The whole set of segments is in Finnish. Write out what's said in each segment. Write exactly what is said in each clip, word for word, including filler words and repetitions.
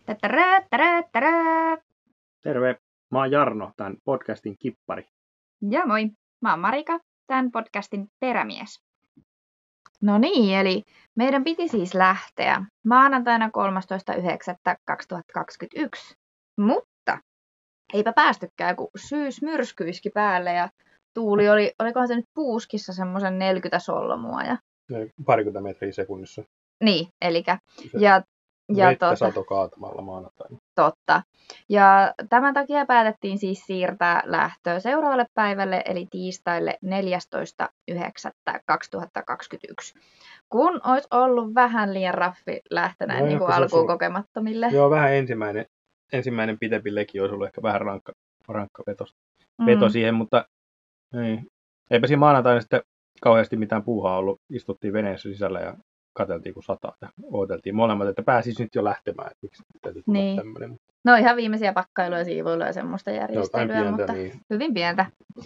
Tätärä, tärä, tärä. Terve, mä oon Jarno, tämän podcastin kippari. Ja moi, mä oon Marika, tämän podcastin perämies. No niin, eli meidän piti siis lähteä maanantaina kolmastoista yhdeksättä kaksituhattakaksikymmentäyksi, mutta eipä päästykään, kun syys myrskyiski päälle ja tuuli oli, olikohan se nyt puuskissa semmoisen neljäkymmentä solmua. Ja... Parikymmentä metriä sekunnissa. Niin, elikä. Ja Ja vettä tuota, sato kaatamalla maanantaina. Totta. Ja tämän takia päätettiin siis siirtää lähtöä seuraavalle päivälle, eli tiistaille neljästoista yhdeksättä kaksituhattakaksikymmentäyksi. Kun olisi ollut vähän liian raffi lähtönä No, niin kuin se alkuun ollut... kokemattomille. Joo, vähän ensimmäinen, ensimmäinen pitempi leki olisi ollut ehkä vähän rankka, rankka veto, Mm. veto siihen, mutta ei. Eipä siinä maanantaina sitten kauheasti mitään puuhaa ollut. Istuttiin veneessä sisällä ja katseltiin kun sataa ja odoteltiin molemmat, että pääsisi nyt jo lähtemään, että miksi täytyy tulla Niin. tämmöinen. No ihan viimeisiä pakkailuja, siivoiluja ja semmoista järjestelyä, pientä, mutta niin. hyvin pientä.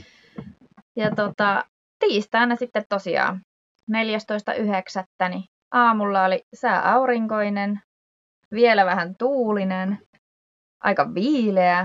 Ja tota, tiistaina sitten tosiaan neljästoista yhdeksättä niin aamulla oli sää aurinkoinen, vielä vähän tuulinen, aika viileä,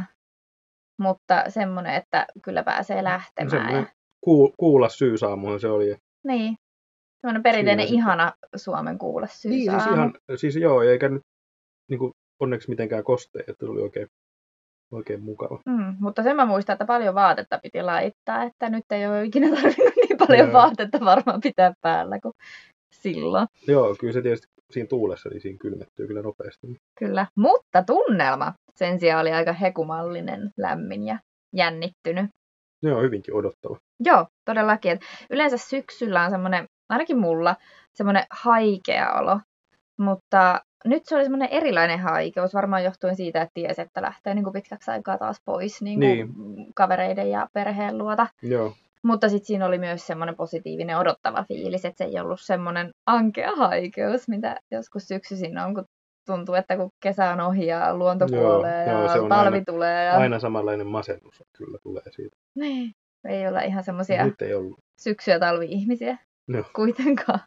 mutta semmoinen, että kyllä pääsee lähtemään. Semmoinen Ja... Kuul, kuulas syysaamuhan se oli. Niin, semmoinen perinteinen Siinä ihana Suomen kuulas Niin, syysaamu. siis ihan, siis joo, eikä nyt niin kuin, onneksi mitenkään kostea, että se oli oikein, oikein mukava. Mm, mutta sen mä muistan, että paljon vaatetta piti laittaa, että nyt ei ole ikinä tarvinnut niin paljon Joo. vaatetta varmaan pitää päällä kuin silloin. Joo, kyllä se tietysti siinä tuulessa, niin siinä kylmettyy kyllä nopeasti. Kyllä, mutta tunnelma sen sijaan oli aika hekumallinen, lämmin ja jännittynyt. Joo, hyvinkin odottava. Joo, todellakin. Et yleensä syksyllä on semmoinen, ainakin mulla, semmoinen haikea olo. Mutta nyt se oli semmoinen erilainen haikeus, varmaan johtuen siitä, että tiesi, että lähtee niin kuin pitkäksi aikaa taas pois niin kuin Niin. kavereiden ja perheen luota. Joo, Mutta sitten siinä oli myös semmoinen positiivinen odottava fiilis, että se ei ollut semmoinen ankea haikeus, mitä joskus syksyisin on, kun tuntuu, että kun kesä on ohi ja luonto Joo, kuolee joo, ja se on talvi aina- tulee. Ja... aina samanlainen masennus kyllä tulee siitä. Niin, ei olla ihan semmoisia Nyt ei ollut. syksy- ja talvi-ihmisiä Joo. kuitenkaan.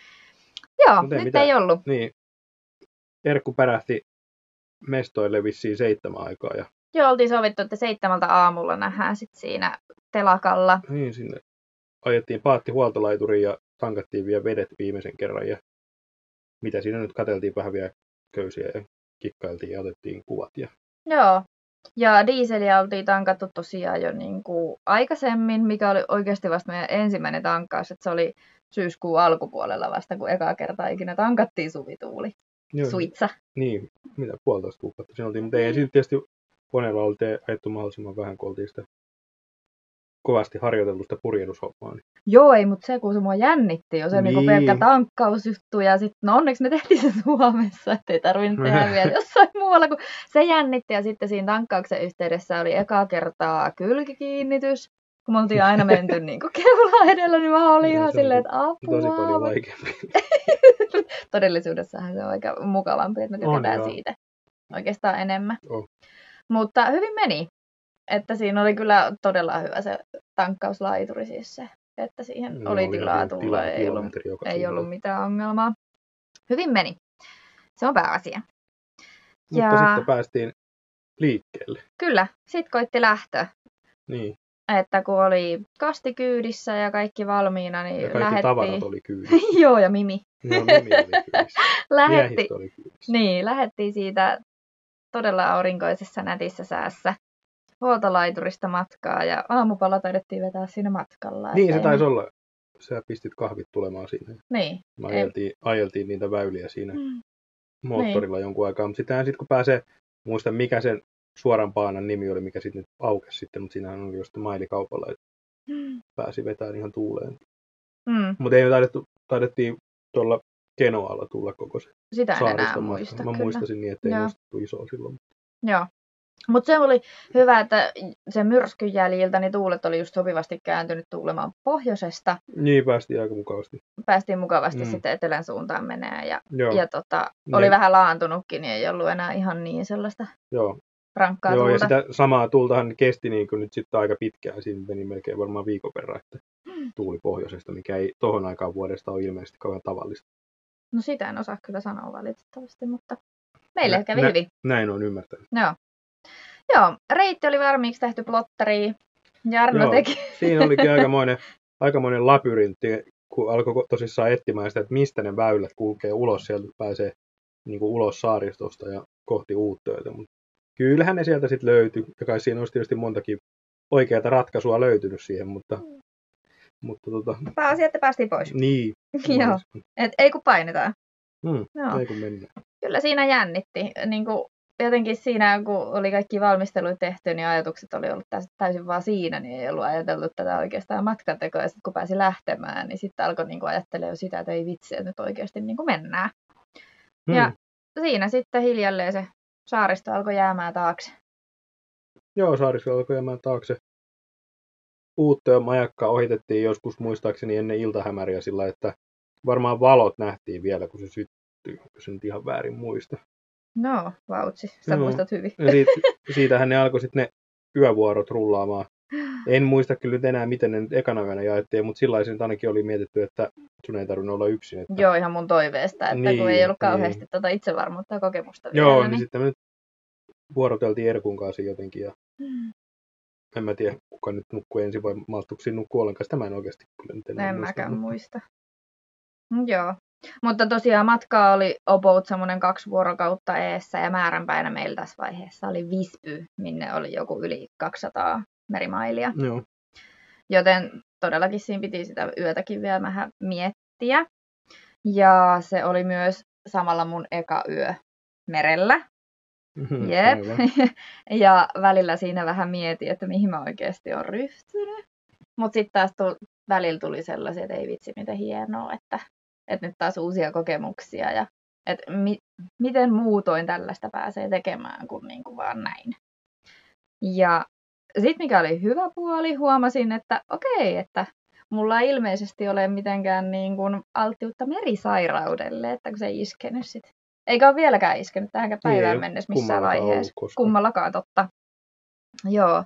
Joo, Mut ei nyt mitään. ei ollut. Niin, Erkku pärähti mestoille vissiin seitsemän aikaa ja Joo, oltiin sovittu, että seitsemältä aamulla nähdään sitten siinä telakalla. niin, sinne ajettiin paatti huoltolaituriin ja tankattiin vielä vedet viimeisen kerran ja mitä siinä nyt katseltiin vähän vielä köysiä ja kikkailtiin ja otettiin kuvat ja Joo, ja diiseliä oltiin tankattu tosiaan jo niin kuin aikaisemmin, mikä oli oikeasti vasta meidän ensimmäinen tankkaus, että se oli syyskuun alkupuolella vasta, kun ekaa kertaa ikinä tankattiin Suvituuli. Joo, Suitsa. Niin, mitä puolitoista kuukautta siinä oltiin, mutta ei siinä tietysti koneella oltiin ajettu mahdollisimman vähän, kun oltiin sitä kovasti harjoitellusta purjehdushommaa. Niin. Joo, ei, mutta se kun se mua jännitti jo, se niin. Niin. pelkkä tankkausjuttu ja sitten, no onneksi me tehtiin se Suomessa, ettei tarvinnut tehdä vielä jossain muualla, kun se jännitti ja sitten siinä tankkauksen yhteydessä oli ekaa kertaa kylkikiinnitys, kun me oltiin aina menty niin kuin keulaa edellä, niin mä olin Joo, ihan se on silleen, että apua. Tosi paljon vaikeampi. Todellisuudessahan se on aika mukavampi, että me On, tykätään joo. siitä oikeastaan enemmän. On. Mutta hyvin meni, että siinä oli kyllä todella hyvä se tankkauslaituri siis se, että siihen No, oli oli tilaa ihan tulla, tilaa ei ollut, kilometri joka ei suunnalle. ollut mitään ongelmaa. Hyvin meni. Se on pääasia. Mutta Ja- sitten päästiin liikkeelle. Kyllä, sit koitti lähtö. Niin. Että kun oli kasti kyydissä ja kaikki valmiina, niin Ja kaikki lähettiin. tavarat oli kyydissä. Joo, ja Mimi. Joo, Mimi oli kyydissä. Lähetti, Miehistö oli kyydissä. niin, lähettiin siitä todella aurinkoisessa nätissä säässä huoltolaiturista matkaa ja aamupala taidettiin vetää siinä matkalla. Niin se ettei taisi me- olla. Sä pistit kahvit tulemaan siinä. Niin. Me Ei- ajeltiin, ajeltiin niitä väyliä siinä Mm. moottorilla jonkun aikaa. Mutta sittenhän sit kun pääsee, muista mikä sen suoran paanan nimi oli, mikä sitten nyt aukesi sitten, mutta siinähän oli just mailikaupalla, että Mm. pääsi vetämään ihan tuuleen. Mm. Mutta ei me taidettu, taidettiin tuolla Kenoalla tulla koko se Sitä en enää saariston muista. matka. Mä kyllä. muistasin niin, että ei Joo. nostettu isoa silloin. Joo. Mutta se oli hyvä, että sen myrskyn jäljiltä niin tuulet oli just sopivasti kääntynyt tuulemaan pohjoisesta. Niin, päästiin aika mukavasti. Päästiin mukavasti Mm. sitten etelän suuntaan menee ja, Joo, ja tota, Ne- oli vähän laantunutkin, niin ei ollut enää ihan niin sellaista joo. rankkaa joo ja tuulta. sitä samaa tuultahan kesti niin kuin nyt sitten aika pitkään. Siinä meni melkein varmaan viikon verran, että Mm. tuuli pohjoisesta, mikä ei tohon aikaan vuodesta ole ilmeisesti kauhean tavallista. No sitä en osaa kyllä sanoa valitettavasti, mutta Meille Nä, kävi nä, hyvin. Näin on ymmärtänyt. Joo. Joo, reitti oli valmiiksi tehty plotteriin. Jarno Joo, teki. siinä olikin aikamoinen, aikamoinen labyrintti, kun alkoi tosissaan etsimään sitä, että mistä ne väylät kulkee ulos, sieltä pääsee niin kuin ulos saaristosta ja kohti Uuttöitä. Mutta kyllähän ne sieltä sitten löytyi, ja kai siinä olisi tietysti montakin oikeata ratkaisua löytynyt siihen, mutta... mutta tota, Pääsi, että päästiin pois. Niin. Joo, et ei kun painetaan. Hmm, Joo. ei kun mennään. Kyllä siinä jännitti. Niin kuin jotenkin siinä, kun oli kaikki valmistelut tehty, niin ajatukset oli ollut täysin vaan siinä, niin ei ollut ajatellut tätä oikeastaan matkantekoa. Ja sitten kun pääsi lähtemään, niin sitten alkoi niin kuin ajattelemaan jo sitä, että ei vitsi, että nyt oikeasti niin kuin mennään. Hmm. Ja siinä sitten hiljalleen se saaristo alkoi jäämään taakse. Joo, saaristo alkoi jäämään taakse. Uuttöön majakka ohitettiin joskus muistaakseni ennen iltahämäriä sillä, että varmaan valot nähtiin vielä, kun se syttyi, jos en ihan väärin muista. No, vautsi. Sä no. muistat hyvin. Ja siitä, siitähän ne alkoi sitten ne yövuorot rullaamaan. En muista kyllä nyt enää, miten ne nyt ekana yönä jaettiin, mutta sillä lailla ainakin oli mietitty, että sun ei tarvinnut olla yksin. Että... Joo, ihan mun toiveesta, että niin, kun ei ollut kauheasti niin. Tuota itsevarmuutta ja kokemusta vielä. Joo, niin, niin sitten me nyt vuoroteltiin Erkun kanssa jotenkin. Ja... Hmm. En mä tiedä, kuka nyt nukkuu ensin vai malttuksi nukkuu ollenkaan. Sitä mä en oikeasti kyllä nyt enää en muista. mäkään muista. Joo. Mutta tosiaan matkaa oli about semmoinen kaksi vuorokautta eessä ja määränpäinä meillä tässä vaiheessa oli Visby, minne oli joku yli kaksisataa merimailia. Joo. Joten todellakin siinä piti sitä yötäkin vielä vähän miettiä. Ja se oli myös samalla mun eka yö merellä. Mm-hmm, Jep. Ja välillä siinä vähän mietin, että mihin mä oikeasti on ryhtynyt. Mutta sitten taas tuli, välillä tuli sellaisia, että ei vitsi, miten hienoa, että, että nyt taas uusia kokemuksia. Ja että mi, miten muutoin tällaista pääsee tekemään kuin, niin kuin vaan näin. Ja sitten mikä oli hyvä puoli, huomasin, että okei, että mulla ei ilmeisesti ole mitenkään niin kuin alttiutta merisairaudelle, että kun se ei iskenyt sitten. Eikä ole vieläkään iskenyt tähänkään päivään ei, mennessä missään vaiheessa. Kummallakaan totta. Joo.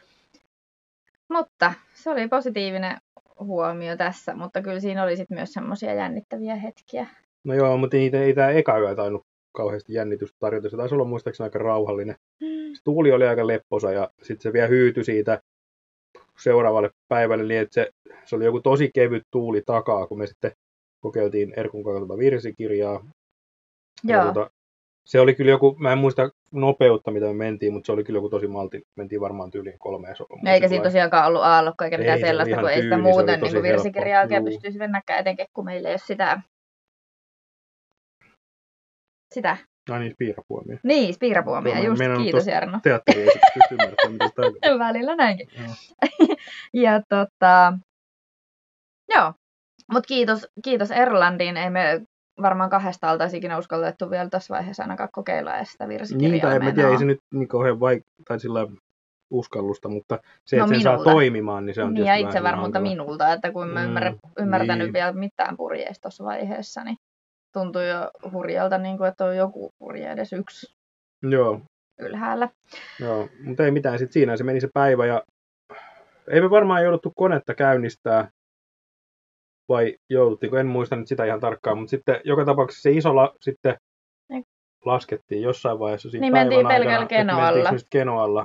Mutta se oli positiivinen huomio tässä, mutta kyllä siinä oli sitten myös semmoisia jännittäviä hetkiä. No joo, mutta ei, ei tämä eka yö tainnut kauheasti jännitystä tarjota. Se taisi olla muistaakseni aika rauhallinen. Hmm. Se tuuli oli aika lepposa ja sitten se vielä hyytyi siitä seuraavalle päivälle niin, että se, se oli joku tosi kevyt tuuli takaa, kun me sitten kokeiltiin Erkun kanssa virsikirjaa. Joo. Tuota, se oli kyllä joku, mä en muista nopeutta, mitä me mentiin, mutta se oli kyllä joku tosi malti. Mentiin varmaan tyyliin kolmeen sopimukseen. Eikä siinä tosiaankaan ollut aallokko eikä mitään ei, sellaista, kun ei sitä muuten niin kuin virsikirjaa oikein Juu. pystyisi mennäkään, etenkin kun meillä ei ole sitä. Sitä. No niin, spiirapuomia. Niin, spiirapuomia, no, just. Kiitos Jarno. Teatteri ei pysty ymmärtämään, mitä se tarkoittaa. Välillä näinkin. ja tota, joo, mutta kiitos, kiitos Erlandiin. Ei me varmaan kahdesta oltaisi ikinä uskallettu vielä tässä vaiheessa ainakaan kokeilla edes sitä virsikirjaa. Niin, tai en mä tiedä, ei se nyt niin kauhean vaik- tai sillä uskallusta, mutta se, no, että sen saa toimimaan, niin se on niin, tietysti ja itsevarmuutta minulta, että kun mä ymmärrän, mm, ymmärtänyt niin. vielä mitään purjeista tuossa vaiheessa, niin tuntuu jo hurjalta, niin kuin, että on joku purje edes yksi Joo. ylhäällä. Joo, mutta ei mitään. Sitten siinä se meni se päivä, ja ei me varmaan jouduttu konetta käynnistää, vai jouduttiinko, en muista nyt sitä ihan tarkkaan, mutta sitten joka tapauksessa se iso la, sitten ne. laskettiin jossain vaiheessa siinä niin päivän mentiin aikana. pelkällä Kenoalla. Mentiin Kenoalla.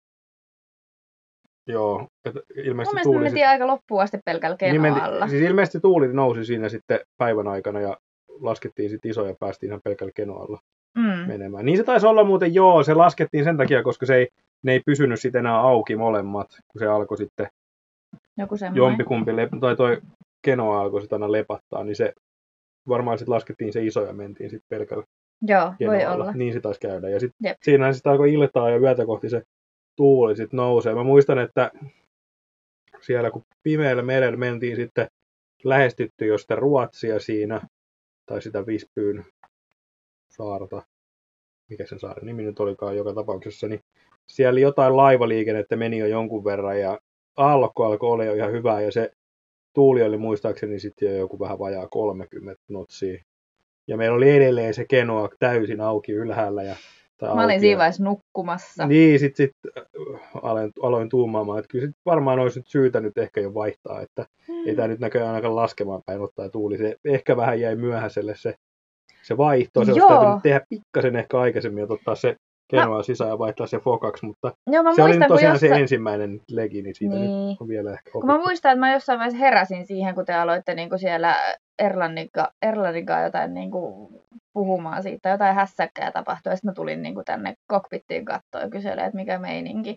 Joo, että ilmeisesti Mun tuuli... me mentiin sit... aika loppuun asti pelkällä Kenoalla. Niin siis ilmeisesti tuuli nousi siinä sitten päivän aikana ja laskettiin sitten iso ja päästiin ihan pelkällä Kenoalla mm. menemään. Niin se taisi olla muuten, joo, se laskettiin sen takia, koska se ei, ne ei pysynyt sitten enää auki molemmat, kun se alkoi sitten joku jompikumpi, lep- tai toi Kenoa alkoi sitten aina lepattaa, niin se varmaan sitten laskettiin se iso ja mentiin sitten pelkällä joo, Kenoalla. Voi olla. Niin se taisi käydä. Ja sitten siinä sitten alkoi iltaa ja yötä kohti se tuuli sitten nousee. Mä muistan, että siellä kun pimeällä merellä mentiin sitten lähestytty jo sitä Ruotsia siinä, tai sitä Visbyyn saarta, mikä sen saaren nimi nyt olikaan joka tapauksessa, niin siellä jotain laivaliikennettä meni jo jonkun verran ja aallokko alkoi olla jo ihan hyvää ja se tuuli oli muistaakseni sitten jo joku vähän vajaa kolmekymmentä knotsia. Ja meillä oli edelleen se Kenoa täysin auki ylhäällä. Ja, tai Mä olin siinä vaiheessa nukkumassa. Niin, sitten sit, äh, aloin, aloin tuumaamaan, että kyllä sit varmaan olisi nyt syytä nyt ehkä jo vaihtaa, että hmm. ei tämä nyt näköjään ainakaan laskemaan päin ottaa tuuli. Se ehkä vähän jäi myöhäiselle se, se vaihto. Se Joo. olisi täytynyt tehdä pikkasen ehkä aikaisemmin, että ottaa se Genoa mä... sisään ja vaihtaa se Focaksi, mutta Joo, mä se muistan, oli tosiaan jossa... se ensimmäinen legi, niin siitä niin. Nyt on vielä ehkä opittu. Kun mä muistan, että mä jossain vaiheessa heräsin siihen, kun te aloitte niinku siellä Erlanninkaan Erlanninkaan jotain niinku puhumaan siitä, jotain hässäkkää tapahtui, ja sitten mä tulin niinku tänne cockpittiin katsoa ja kyselemään, että mikä meininki.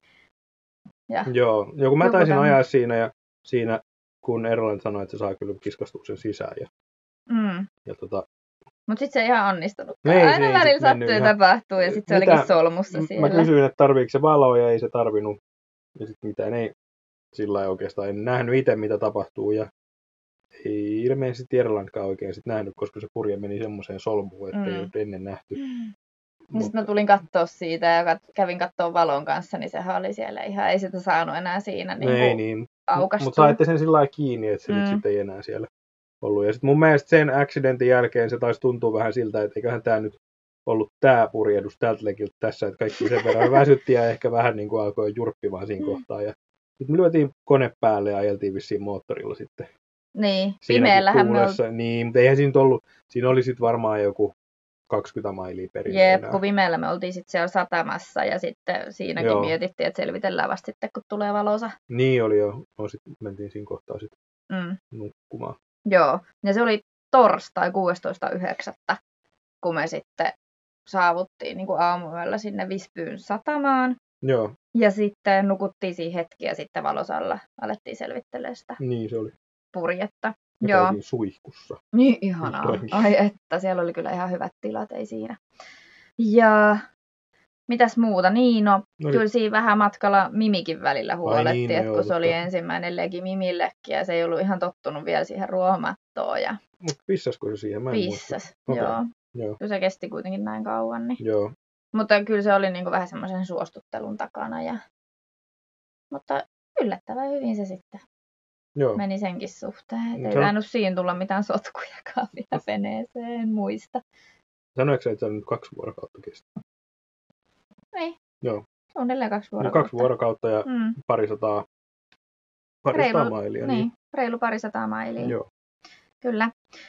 Ja joo, jo kun mä taisin tämän... ajaa siinä, ja siinä kun Erland sanoi, että se saa kyllä kiskastuksen sisään. Ja, mm. ja tota... Mutta sitten se ei ihan onnistunut. No ei, aina välillä sattuu ja ihan... tapahtuu, ja sitten se mitä... olikin solmussa siellä. Mä kysyin, että tarviiko se valoa, ja ei se tarvinnut. Ja sitten mitään ei sillä lailla oikeastaan. En nähnyt itse, mitä tapahtuu, ja ei ilmeisesti Erlandkaan oikein sit nähnyt, koska se purje meni semmoiseen solmuun, että mm. ei ollut ennen nähty. Mm. Mutta... Sitten mä tulin katsoa siitä ja kävin katsoa valon kanssa, niin sehän oli siellä ihan, ei sitä saanut enää siinä niin ei niin. aukastua. Mutta saitte sen sillä lailla kiinni, että se mm. nyt sitten ei enää siellä ollut. Ja sitten mun mielestä sen accidentin jälkeen se taisi tuntua vähän siltä, että eiköhän tämä nyt ollut tämä purjehdus tältä legiltä tässä, että kaikki sen verran väsytti ja ehkä vähän niin kuin alkoi jurppimaan siinä kohtaa. Ja sitten me lyötiin kone päälle ja ajeltiin vissiin moottorilla sitten. Niin, pimeällähän me oltiin. Niin, mutta eihän siinä nyt ollut, siinä oli sitten varmaan joku kaksikymmentä mailia perinteellä. Jep, kun pimeällä me oltiin sitten siellä satamassa ja sitten siinäkin joo. mietittiin, että selvitellään vasta sitten, kun tulee valosa. Niin oli jo, no, sitten mentiin siinä kohtaa sitten mm. nukkumaan. Joo, ja se oli torstai kuudestoista yhdeksättä kun me sitten saavuttiin niin kuin aamuyöllä sinne Visbyyn satamaan. Joo. Ja sitten nukuttiin siinä hetki ja sitten valosalla alettiin selvittelemään sitä niin, se oli. purjetta. Me joo. käytiin suihkussa. Niin, ihanaa. Ai että, siellä oli kyllä ihan hyvät tilat, ei siinä. Ja mitäs muuta? Niin, no, no kyllä siinä vähän matkalla Mimikin välillä huoletti, niin, että kun joo, se oli ensimmäinen legi Mimillekin ja se ei ollut ihan tottunut vielä siihen ruohomattoon. Ja... Mutta pissasko se siihen? Mä en Pissas, okay. joo. joo. Kyllä se kesti kuitenkin näin kauan. Niin... Joo. Mutta kyllä se oli niinku vähän semmoisen suostuttelun takana. Ja... Mutta yllättävän hyvin se sitten joo. meni senkin suhteen. Ei tainnut siinä tulla mitään sotkujakaan vielä veneeseen, en muista. Sanoitko sä, että se on nyt kaksi vuorokautta kestää? Ei. Joo. Suunnilleen kaksi vuorokautta. No, kaksi vuorokautta ja mm. parisataa, parisataa reilu, mailia. Niin, niin, reilu parisataa mailia. Joo. Kyllä.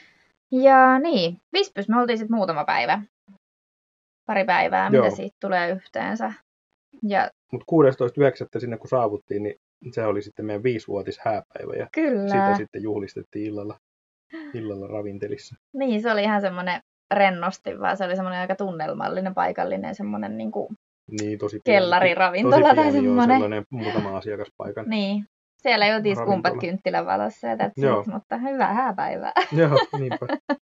Ja niin, Visbys me oltiin sitten muutama päivä. Pari päivää, joo. Mitä siitä tulee yhteensä. Ja... Mutta kuudestoista yhdeksättä sinne kun saavuttiin, niin se oli sitten meidän viisivuotis hääpäivä. Ja kyllä. Sitä sitten juhlistettiin illalla, illalla ravintelissa. Niin, se oli ihan semmoinen rennosti, vaan se oli semmoinen aika tunnelmallinen, paikallinen semmoinen niin kuin niin, tosi kellariravintola tosi tai semmoinen. Joo, sellainen muutama asiakaspaikan. Niin, siellä joutiin skumpat kynttilän valossa ja that's it, mutta hyvää hääpäivää. Joo, niinpä.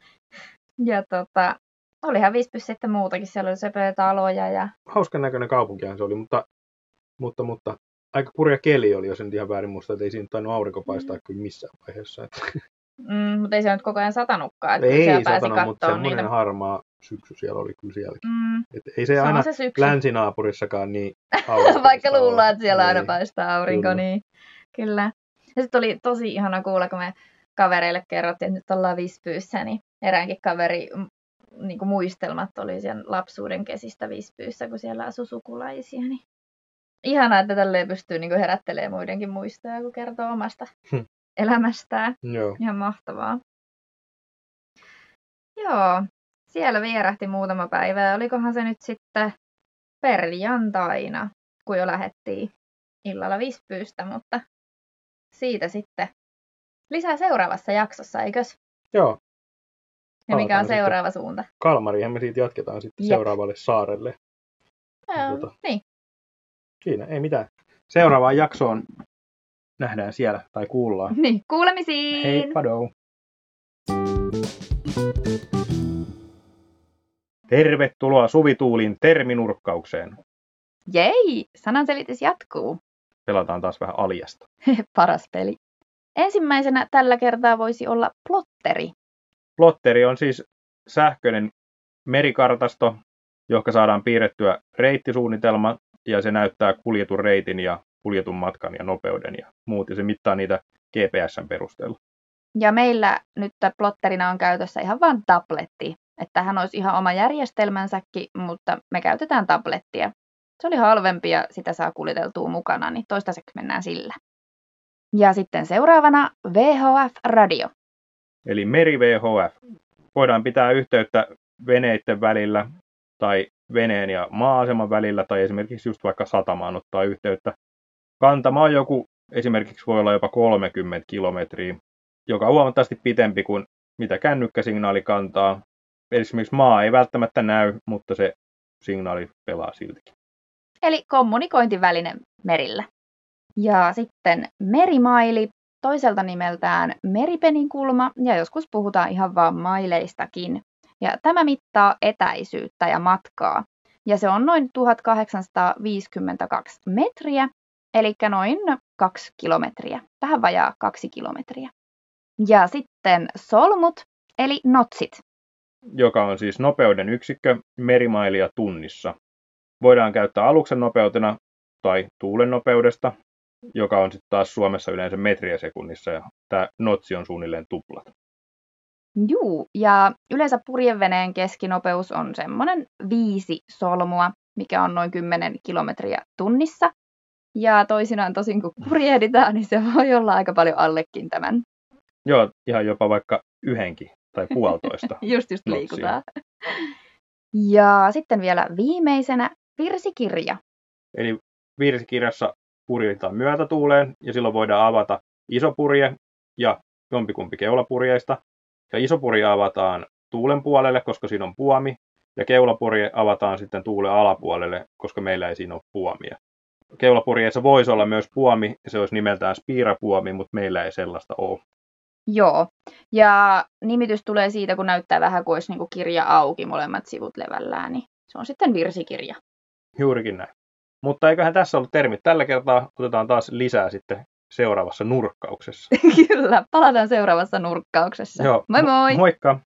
ja tota, olihan Visbys sitten muutakin, siellä oli söpöjä taloja ja... Hauskan näköinen kaupunkihan se oli, mutta, mutta, mutta aika kurja keli oli, jos en ihan väärin muista, että ei siinä tainnut aurinko paistaa mm. kyllä missään vaiheessa. Että... Mm, mutta ei se nyt koko ajan satanutkaan, että ei siellä pääsi satanut, mutta semmoinen niitä... harmaa syksy siellä oli kyllä sielläkin. Mm. Et ei se, se aina se länsinaapurissakaan niin vaikka luullaan, että siellä aina paistaa aurinko, kyllä. Niin kyllä. Ja sitten oli tosi ihana kuulla, kun me kavereille kerrottiin, että nyt ollaan Visbyyssä, niin eräänkin kaveri niin kuin muistelmat oli siellä lapsuuden kesistä Visbyyssä, kun siellä asui sukulaisia. Niin ihanaa, että tälleen pystyy niin kuin herättelemään muidenkin muistoja, kun kertoo omasta hm. elämästään. Joo. Ihan mahtavaa. Joo, siellä vierähti muutama päivä ja olikohan se nyt sitten perjantaina, kun jo lähdettiin illalla Visbyystä, mutta siitä sitten lisää seuraavassa jaksossa, eikös? Joo. Ja mikä on seuraava suunta? Kalmariin me siitä jatketaan sitten Jep. seuraavalle saarelle. Joo, tuota, niin. Siinä, ei mitään. Seuraavaan jaksoon nähdään siellä tai kuullaan. Niin, kuulemisiin! Heippa dou! Tervetuloa Suvituulin terminurkkaukseen. Jei, sananselitys jatkuu. Pelataan taas vähän aljasta. Paras peli. Ensimmäisenä tällä kertaa voisi olla plotteri. Plotteri on siis sähköinen merikartasto, johon saadaan piirrettyä reittisuunnitelma ja se näyttää kuljetun reitin ja kuljetun matkan ja nopeuden ja muut ja se mittaa niitä G P S:n perusteella. Ja meillä nyt plotterina on käytössä ihan vain tabletti. Että tähän olisi ihan oma järjestelmänsäkin, mutta me käytetään tablettia. Se oli halvempi ja sitä saa kuljeteltua mukana, niin toistaiseksi mennään sillä. Ja sitten seuraavana V H F-radio. Eli meri V H F. Voidaan pitää yhteyttä veneiden välillä tai veneen ja maa-aseman välillä tai esimerkiksi just vaikka satamaan ottaa yhteyttä. Kantama on joku, esimerkiksi voi olla jopa kolmekymmentä kilometriä, joka on huomattavasti pitempi kuin mitä kännykkäsignaali kantaa. Esimerkiksi maa ei välttämättä näy, mutta se signaali pelaa siltikin. Eli kommunikointiväline merillä. Ja sitten merimaili, toiselta nimeltään meripeninkulma, ja joskus puhutaan ihan vaan maileistakin. Ja tämä mittaa etäisyyttä ja matkaa. Ja se on noin tuhatkahdeksansataaviisikymmentäkaksi metriä, eli noin kaksi kilometriä, vähän vajaa kaksi kilometriä. Ja sitten solmut, eli notsit. Joka on siis nopeuden yksikkö merimailia tunnissa. Voidaan käyttää aluksen nopeutena tai tuulen nopeudesta, joka on sitten taas Suomessa yleensä metriä sekunnissa, ja tämä notsi on suunnilleen tuplat. Juu, ja yleensä purjeveneen keskinopeus on semmoinen viisi solmua, mikä on noin kymmenen kilometriä tunnissa. Ja toisinaan tosin kun purjehditaan, niin se voi olla aika paljon allekin tämän. Joo, ihan jopa vaikka yhdenkin tai puolitoista. just just liikutaan. Ja sitten vielä viimeisenä virsikirja. Eli virsikirjassa purjehditaan myötätuuleen, ja silloin voidaan avata iso purje ja jompikumpi keulapurjeista. Ja iso purje avataan tuulen puolelle, koska siinä on puomi, ja keulapurje avataan sitten tuulen alapuolelle, koska meillä ei siinä ole puomia. Keulapurjeissa voisi olla myös puomi, se olisi nimeltään spiirapuomi, mutta meillä ei sellaista ole. Joo, ja nimitys tulee siitä, kun näyttää vähän kuin olisi niin kuin kirja auki, molemmat sivut levällään, niin se on sitten virsikirja. Juurikin näin. Mutta eiköhän tässä ollut termit tällä kertaa, otetaan taas lisää sitten seuraavassa nurkkauksessa. Kyllä, palataan seuraavassa nurkkauksessa. Joo, moi moi! Moikka!